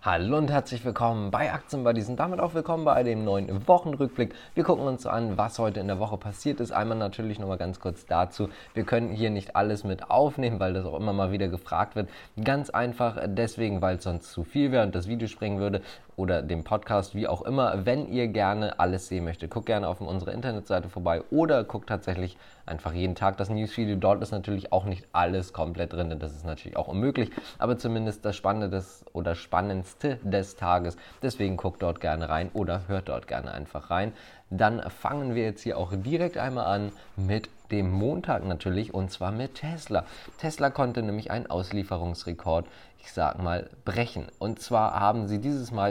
Hallo und herzlich willkommen bei Aktienbuddies und damit auch willkommen bei dem neuen Wochenrückblick. Wir gucken uns an, was heute in der Woche passiert ist. Einmal natürlich nochmal ganz kurz dazu. Wir können hier nicht alles mit aufnehmen, weil das auch immer mal wieder gefragt wird. Ganz einfach deswegen, weil es sonst zu viel wäre und das Video sprengen würde oder dem Podcast, wie auch immer. Wenn ihr gerne alles sehen möchtet, guckt gerne auf unserer Internetseite vorbei oder guckt tatsächlich einfach jeden Tag das Newsvideo. Dort ist natürlich auch nicht alles komplett drin, das ist natürlich auch unmöglich, aber zumindest das Spannendste des Tages. Deswegen guckt dort gerne rein oder hört dort gerne einfach rein. Dann fangen wir jetzt hier auch direkt einmal an mit dem Montag natürlich und zwar mit Tesla. Tesla konnte nämlich einen Auslieferungsrekord, ich sag mal, brechen. Und zwar haben sie dieses Mal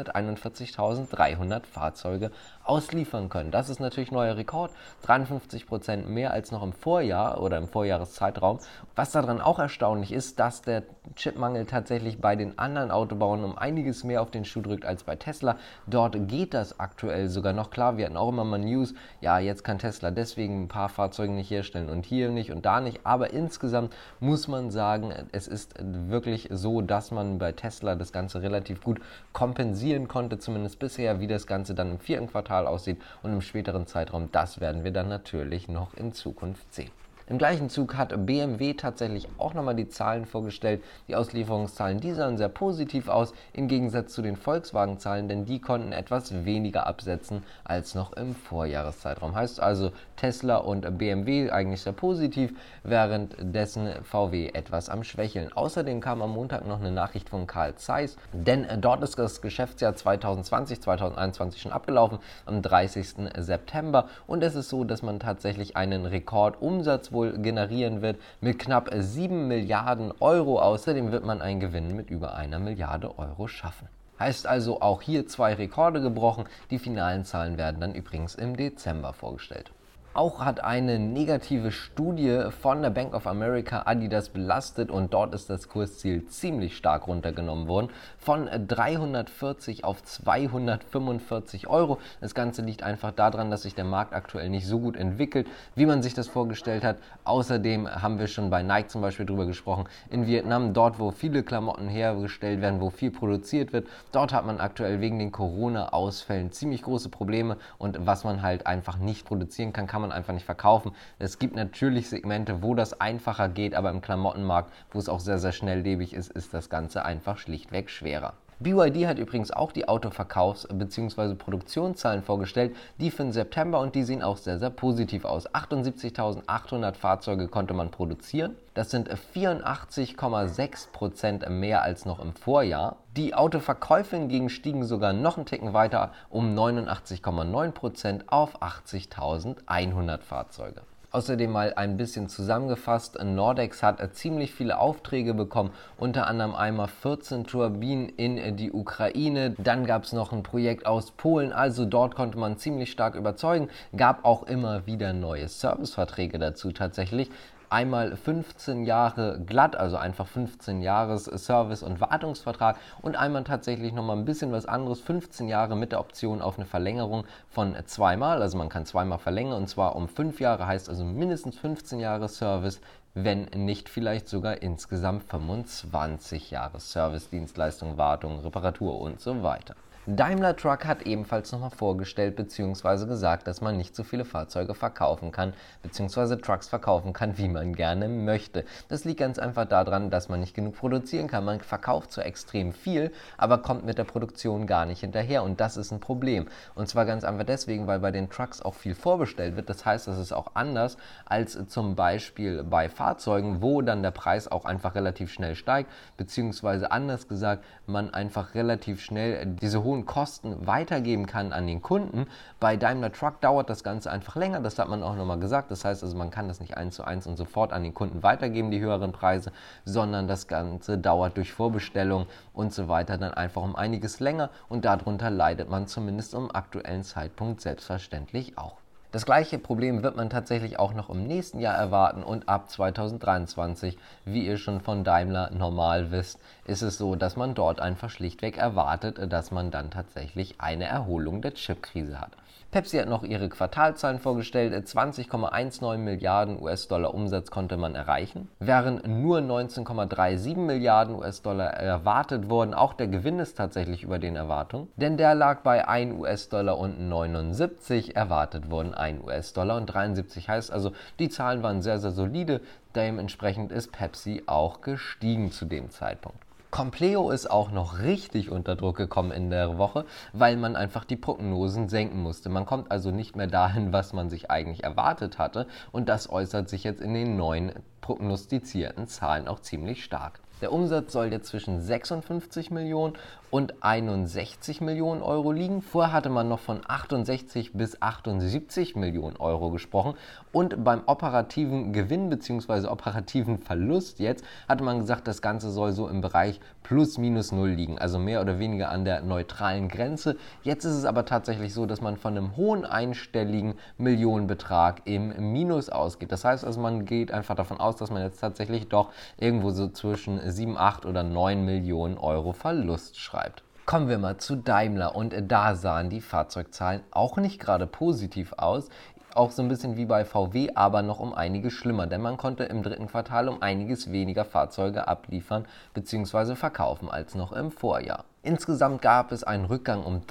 241.300 Fahrzeuge ausliefern können. Das ist natürlich neuer Rekord, 53% mehr als noch im Vorjahr oder im Vorjahreszeitraum. Was daran auch erstaunlich ist, dass der Chipmangel tatsächlich bei den anderen Autobauern um einiges mehr auf den Schuh drückt als bei Tesla. Dort geht das aktuell sogar noch. Klar, wir hatten auch immer mal News, ja, jetzt kann Tesla deswegen ein paar Fahrzeuge nicht herstellen und hier nicht und da nicht. Aber insgesamt muss man sagen, es ist wirklich so, dass man bei Tesla das Ganze relativ gut kompensieren konnte, zumindest bisher. Wie das Ganze dann im 4. Quartal aussieht und im späteren Zeitraum, das werden wir dann natürlich noch in Zukunft sehen. Im gleichen Zug hat BMW tatsächlich auch nochmal die Zahlen vorgestellt. Die Auslieferungszahlen, die sahen sehr positiv aus, im Gegensatz zu den Volkswagen-Zahlen, denn die konnten etwas weniger absetzen als noch im Vorjahreszeitraum. Heißt also, Tesla und BMW eigentlich sehr positiv, währenddessen VW etwas am Schwächeln. Außerdem kam am Montag noch eine Nachricht von Carl Zeiss, denn dort ist das Geschäftsjahr 2020/2021 schon abgelaufen, am 30. September. Und es ist so, dass man tatsächlich einen Rekordumsatz wohl generieren wird mit knapp 7 Milliarden Euro. Außerdem wird man einen Gewinn mit über 1 Milliarde Euro schaffen. Heißt also auch hier 2 Rekorde gebrochen. Die finalen Zahlen werden dann übrigens im Dezember vorgestellt. Auch hat eine negative Studie von der Bank of America Adidas belastet und dort ist das Kursziel ziemlich stark runtergenommen worden, von 340 auf 245 Euro. Das Ganze liegt einfach daran, dass sich der Markt aktuell nicht so gut entwickelt, wie man sich das vorgestellt hat. Außerdem haben wir schon bei Nike zum Beispiel drüber gesprochen, in Vietnam, dort wo viele Klamotten hergestellt werden, wo viel produziert wird, dort hat man aktuell wegen den Corona-Ausfällen ziemlich große Probleme und was man halt einfach nicht produzieren kann, kann man einfach nicht verkaufen. Es gibt natürlich Segmente, wo das einfacher geht, aber im Klamottenmarkt, wo es auch sehr, sehr schnelllebig ist, ist das Ganze einfach schlichtweg schwerer. BYD hat übrigens auch die Autoverkaufs- bzw. Produktionszahlen vorgestellt, die für den September und die sehen auch sehr, sehr positiv aus. 78.800 Fahrzeuge konnte man produzieren. Das sind 84,6% mehr als noch im Vorjahr. Die Autoverkäufe hingegen stiegen sogar noch einen Ticken weiter um 89,9% auf 80.100 Fahrzeuge. Außerdem mal ein bisschen zusammengefasst, Nordex hat ziemlich viele Aufträge bekommen, unter anderem einmal 14 Turbinen in die Ukraine, dann gab es noch ein Projekt aus Polen, also dort konnte man ziemlich stark überzeugen, gab auch immer wieder neue Serviceverträge dazu tatsächlich. Einmal 15 Jahre glatt, also einfach 15 Jahres Service- und Wartungsvertrag und einmal tatsächlich nochmal ein bisschen was anderes, 15 Jahre mit der Option auf eine Verlängerung von 2-mal, also man kann 2-mal verlängern und zwar um 5 Jahre, heißt also mindestens 15 Jahre Service, wenn nicht vielleicht sogar insgesamt 25 Jahre Service, Dienstleistung, Wartung, Reparatur und so weiter. Daimler Truck hat ebenfalls nochmal vorgestellt bzw. gesagt, dass man nicht so viele Fahrzeuge verkaufen kann bzw. Trucks verkaufen kann, wie man gerne möchte. Das liegt ganz einfach daran, dass man nicht genug produzieren kann. Man verkauft zwar extrem viel, aber kommt mit der Produktion gar nicht hinterher und das ist ein Problem. Und zwar ganz einfach deswegen, weil bei den Trucks auch viel vorbestellt wird. Das heißt, das ist auch anders als zum Beispiel bei Fahrzeugen, wo dann der Preis auch einfach relativ schnell steigt, beziehungsweise anders gesagt, man einfach relativ schnell diese hohen Kosten weitergeben kann an den Kunden. Bei Daimler Truck dauert das Ganze einfach länger, das hat man auch nochmal gesagt. Das heißt also, man kann das nicht 1:1 und sofort an den Kunden weitergeben, die höheren Preise, sondern das Ganze dauert durch Vorbestellung und so weiter dann einfach um einiges länger und darunter leidet man zumindest zum aktuellen Zeitpunkt selbstverständlich auch. Das gleiche Problem wird man tatsächlich auch noch im nächsten Jahr erwarten und ab 2023, wie ihr schon von Daimler normal wisst, ist es so, dass man dort einfach schlichtweg erwartet, dass man dann tatsächlich eine Erholung der Chipkrise hat. Pepsi hat noch ihre Quartalzahlen vorgestellt. 20,19 Milliarden US-Dollar Umsatz konnte man erreichen, während nur 19,37 Milliarden US-Dollar erwartet wurden. Auch der Gewinn ist tatsächlich über den Erwartungen, denn der lag bei 1 US-Dollar und 79, erwartet wurden 1 US-Dollar und 73. Heißt also, die Zahlen waren sehr, sehr solide. Dementsprechend ist Pepsi auch gestiegen zu dem Zeitpunkt. Compleo ist auch noch richtig unter Druck gekommen in der Woche, weil man einfach die Prognosen senken musste. Man kommt also nicht mehr dahin, was man sich eigentlich erwartet hatte, und das äußert sich jetzt in den neuen prognostizierten Zahlen auch ziemlich stark. Der Umsatz soll jetzt zwischen 56 Millionen und 61 Millionen Euro liegen. Vorher hatte man noch von 68 bis 78 Millionen Euro gesprochen. Und beim operativen Gewinn bzw. operativen Verlust jetzt hatte man gesagt, das Ganze soll so im Bereich plus minus null liegen, also mehr oder weniger an der neutralen Grenze. Jetzt ist es aber tatsächlich so, dass man von einem hohen einstelligen Millionenbetrag im Minus ausgeht. Das heißt also, man geht einfach davon aus, dass man jetzt tatsächlich doch irgendwo so zwischen 7, 8 oder 9 Millionen Euro Verlust schreibt. Kommen wir mal zu Daimler, und da sahen die Fahrzeugzahlen auch nicht gerade positiv aus. Auch so ein bisschen wie bei VW, aber noch um einiges schlimmer, denn man konnte im dritten Quartal um einiges weniger Fahrzeuge abliefern bzw. verkaufen als noch im Vorjahr. Insgesamt gab es einen Rückgang um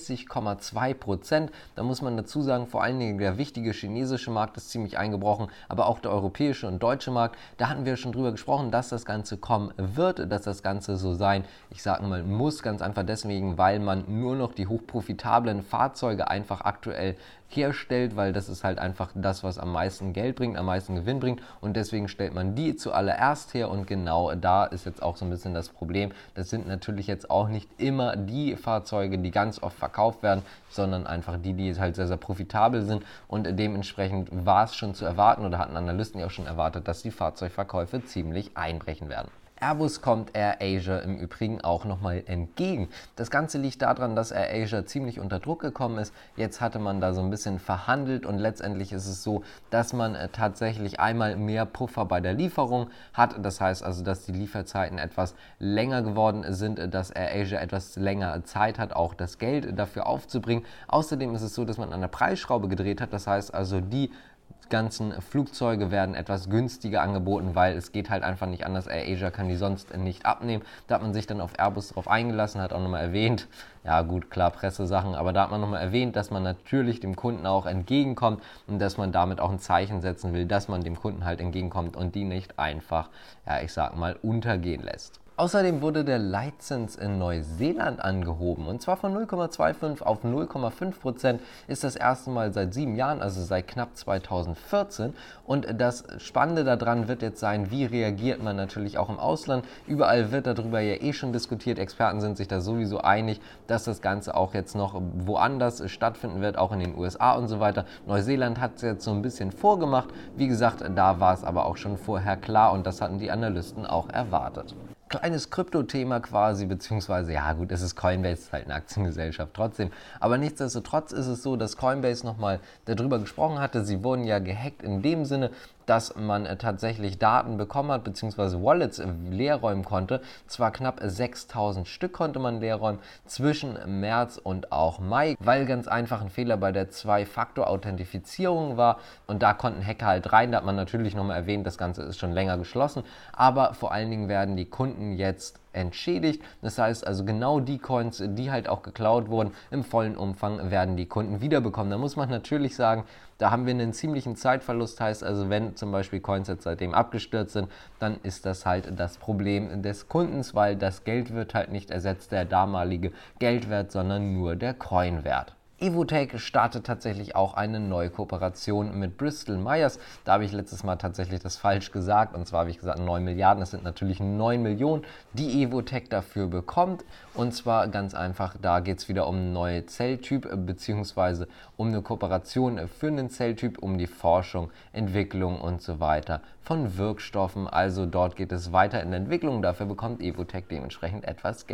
30,2%. Da muss man dazu sagen, vor allen Dingen der wichtige chinesische Markt ist ziemlich eingebrochen, aber auch der europäische und deutsche Markt. Da hatten wir schon drüber gesprochen, dass das Ganze kommen wird, dass das Ganze so sein, ich sage mal, muss, ganz einfach deswegen, weil man nur noch die hochprofitablen Fahrzeuge einfach aktuell herstellt, weil das ist halt einfach das, was am meisten Geld bringt, am meisten Gewinn bringt, und deswegen stellt man die zuallererst her, und genau da ist jetzt auch so ein bisschen das Problem. Das sind natürlich jetzt auch nicht immer die Fahrzeuge, die ganz oft verkauft werden, sondern einfach die halt sehr, sehr profitabel sind, und dementsprechend war es schon zu erwarten oder hatten Analysten ja auch schon erwartet, dass die Fahrzeugverkäufe ziemlich einbrechen werden. Airbus kommt AirAsia im Übrigen auch nochmal entgegen. Das Ganze liegt daran, dass AirAsia ziemlich unter Druck gekommen ist. Jetzt hatte man da so ein bisschen verhandelt, und letztendlich ist es so, dass man tatsächlich einmal mehr Puffer bei der Lieferung hat. Das heißt also, dass die Lieferzeiten etwas länger geworden sind, dass AirAsia etwas länger Zeit hat, auch das Geld dafür aufzubringen. Außerdem ist es so, dass man an der Preisschraube gedreht hat. Das heißt also, die ganzen Flugzeuge werden etwas günstiger angeboten, weil es geht halt einfach nicht anders. AirAsia kann die sonst nicht abnehmen. Da hat man sich dann auf Airbus drauf eingelassen, hat auch nochmal erwähnt, ja gut, klar, Pressesachen, aber da hat man nochmal erwähnt, dass man natürlich dem Kunden auch entgegenkommt und dass man damit auch ein Zeichen setzen will, dass man dem Kunden halt entgegenkommt und die nicht einfach, ja, ich sag mal, untergehen lässt. Außerdem wurde der Leitzins in Neuseeland angehoben, und zwar von 0,25 auf 0,5%, ist das erste Mal seit 7 Jahren, also seit knapp 2014. Und das Spannende daran wird jetzt sein, wie reagiert man natürlich auch im Ausland. Überall wird darüber ja eh schon diskutiert, Experten sind sich da sowieso einig, dass das Ganze auch jetzt noch woanders stattfinden wird, auch in den USA und so weiter. Neuseeland hat es jetzt so ein bisschen vorgemacht, wie gesagt, da war es aber auch schon vorher klar, und das hatten die Analysten auch erwartet. Kleines Krypto-Thema quasi, beziehungsweise, ja gut, es ist Coinbase, ist halt eine Aktiengesellschaft trotzdem, aber nichtsdestotrotz ist es so, dass Coinbase nochmal darüber gesprochen hatte. Sie wurden ja gehackt in dem Sinne, dass man tatsächlich Daten bekommen hat, beziehungsweise Wallets leerräumen konnte. Zwar knapp 6000 Stück konnte man leerräumen zwischen März und auch Mai, weil ganz einfach ein Fehler bei der Zwei-Faktor-Authentifizierung war, und da konnten Hacker halt rein. Da hat man natürlich nochmal erwähnt, das Ganze ist schon länger geschlossen, aber vor allen Dingen werden die Kunden jetzt entschädigt. Das heißt also, genau die Coins, die halt auch geklaut wurden, im vollen Umfang werden die Kunden wiederbekommen. Da muss man natürlich sagen, da haben wir einen ziemlichen Zeitverlust. Heißt also, wenn zum Beispiel Coins jetzt seitdem abgestürzt sind, dann ist das halt das Problem des Kundens, weil das Geld wird halt nicht ersetzt, der damalige Geldwert, sondern nur der Coinwert. Evotech startet tatsächlich auch eine neue Kooperation mit Bristol Myers. Da habe ich letztes Mal tatsächlich das falsch gesagt, und zwar habe ich gesagt 9 Milliarden, das sind natürlich 9 Millionen, die Evotech dafür bekommt, und zwar ganz einfach, da geht es wieder um einen neuen Zelltyp, beziehungsweise um eine Kooperation für einen Zelltyp, um die Forschung, Entwicklung und so weiter von Wirkstoffen. Also dort geht es weiter in der Entwicklung, dafür bekommt Evotech dementsprechend etwas Geld.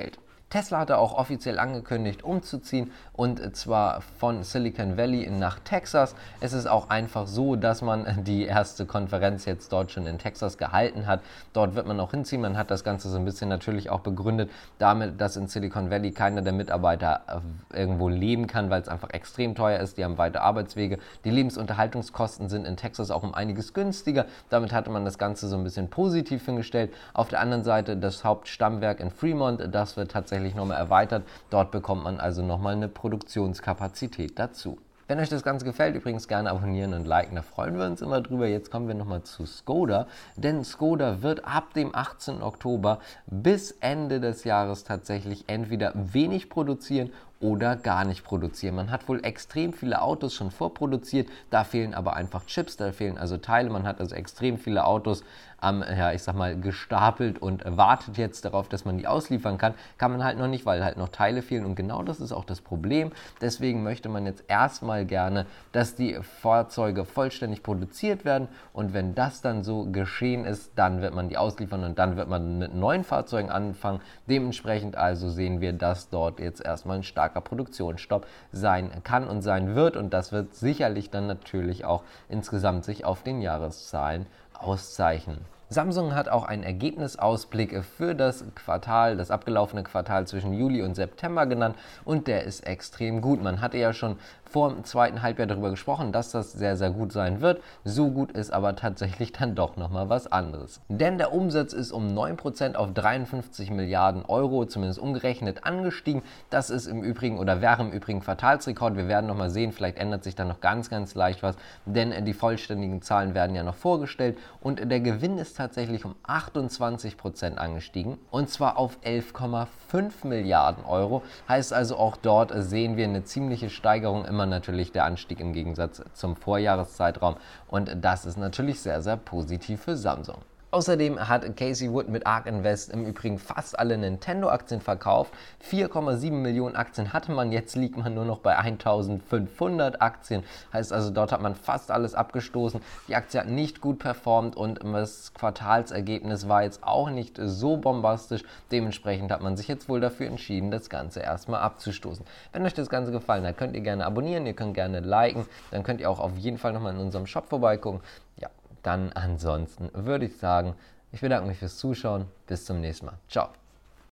Tesla hatte auch offiziell angekündigt, umzuziehen, und zwar von Silicon Valley nach Texas. Es ist auch einfach so, dass man die erste Konferenz jetzt dort schon in Texas gehalten hat. Dort wird man auch hinziehen. Man hat das Ganze so ein bisschen natürlich auch begründet damit, dass in Silicon Valley keiner der Mitarbeiter irgendwo leben kann, weil es einfach extrem teuer ist. Die haben weite Arbeitswege. Die Lebensunterhaltungskosten sind in Texas auch um einiges günstiger. Damit hatte man das Ganze so ein bisschen positiv hingestellt. Auf der anderen Seite das Hauptstammwerk in Fremont, das wird tatsächlich nochmal erweitert. Dort bekommt man also nochmal eine Produktionskapazität dazu. Wenn euch das Ganze gefällt, übrigens gerne abonnieren und liken, da freuen wir uns immer drüber. Jetzt kommen wir nochmal zu Skoda, denn Skoda wird ab dem 18. Oktober bis Ende des Jahres tatsächlich entweder wenig produzieren oder gar nicht produzieren. Man hat wohl extrem viele Autos schon vorproduziert, da fehlen aber einfach Chips, da fehlen also Teile. Man hat also extrem viele Autos gestapelt und wartet jetzt darauf, dass man die ausliefern kann. Kann man halt noch nicht, weil halt noch Teile fehlen, und genau das ist auch das Problem. Deswegen möchte man jetzt erstmal gerne, dass die Fahrzeuge vollständig produziert werden, und wenn das dann so geschehen ist, dann wird man die ausliefern und dann wird man mit neuen Fahrzeugen anfangen. Dementsprechend also sehen wir, dass dort jetzt erstmal ein starker Produktionsstopp sein kann und sein wird, und das wird sicherlich dann natürlich auch insgesamt sich auf den Jahreszahlen auszeichnen. Samsung hat auch einen Ergebnisausblick für das abgelaufene Quartal zwischen Juli und September genannt, und der ist extrem gut. Man hatte ja schon vor dem zweiten Halbjahr darüber gesprochen, dass das sehr, sehr gut sein wird. So gut ist aber tatsächlich dann doch nochmal was anderes. Denn der Umsatz ist um 9% auf 53 Milliarden Euro, zumindest umgerechnet, angestiegen. Das ist im Übrigen oder wäre im Übrigen Quartalsrekord. Wir werden nochmal sehen, vielleicht ändert sich da noch ganz, ganz leicht was, denn die vollständigen Zahlen werden ja noch vorgestellt, und der Gewinn ist tatsächlich um 28% angestiegen, und zwar auf 11,5 Milliarden Euro. Heißt also, auch dort sehen wir eine ziemliche Steigerung, immer natürlich der Anstieg im Gegensatz zum Vorjahreszeitraum, und das ist natürlich sehr, sehr positiv für Samsung. Außerdem hat Casey Wood mit ARK Invest im Übrigen fast alle Nintendo-Aktien verkauft. 4,7 Millionen Aktien hatte man, jetzt liegt man nur noch bei 1500 Aktien. Heißt also, dort hat man fast alles abgestoßen. Die Aktie hat nicht gut performt, und das Quartalsergebnis war jetzt auch nicht so bombastisch. Dementsprechend hat man sich jetzt wohl dafür entschieden, das Ganze erstmal abzustoßen. Wenn euch das Ganze gefallen hat, könnt ihr gerne abonnieren, ihr könnt gerne liken. Dann könnt ihr auch auf jeden Fall nochmal in unserem Shop vorbeigucken. Ja. Dann ansonsten würde ich sagen, ich bedanke mich fürs Zuschauen. Bis zum nächsten Mal. Ciao.